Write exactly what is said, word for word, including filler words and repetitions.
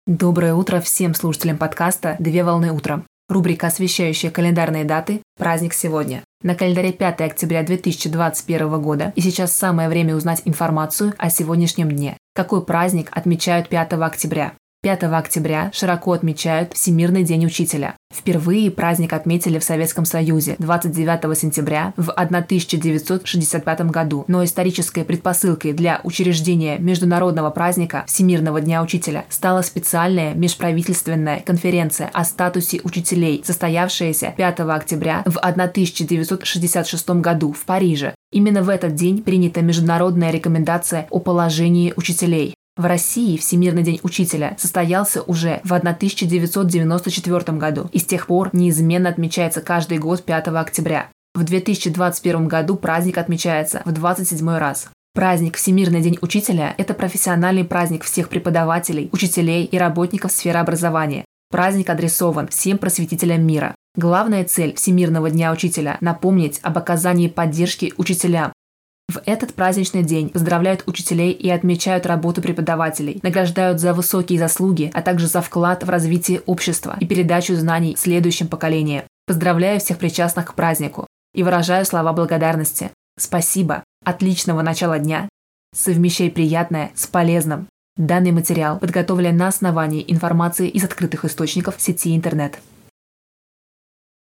Доброе утро всем слушателям подкаста «Две волны утром». Рубрика, освещающая календарные даты «Праздник сегодня». На календаре пятое октября две тысячи двадцать первого года, и сейчас самое время узнать информацию о сегодняшнем дне. Какой праздник отмечают пятого октября? пятого октября широко отмечают Всемирный день учителя. Впервые праздник отметили в Советском Союзе двадцать девятого сентября в тысяча девятьсот шестьдесят пятом году, но исторической предпосылкой для учреждения международного праздника Всемирного дня учителя стала специальная межправительственная конференция о статусе учителей, состоявшаяся пятого октября в тысяча девятьсот шестьдесят шестом году в Париже. Именно в этот день принята международная рекомендация о положении учителей. В России Всемирный день учителя состоялся уже в тысяча девятьсот девяносто четвёртом году и с тех пор неизменно отмечается каждый год пятого октября. В две тысячи двадцать первом году праздник отмечается в двадцать седьмой раз. Праздник Всемирный день учителя – это профессиональный праздник всех преподавателей, учителей и работников сферы образования. Праздник адресован всем просветителям мира. Главная цель Всемирного дня учителя – напомнить об оказании поддержки учителям. В этот праздничный день поздравляют учителей и отмечают работу преподавателей, награждают за высокие заслуги, а также за вклад в развитие общества и передачу знаний следующим поколениям. Поздравляю всех причастных к празднику и выражаю слова благодарности. Спасибо, отличного начала дня. Совмещай приятное с полезным. Данный материал подготовлен на основании информации из открытых источников в сети интернет.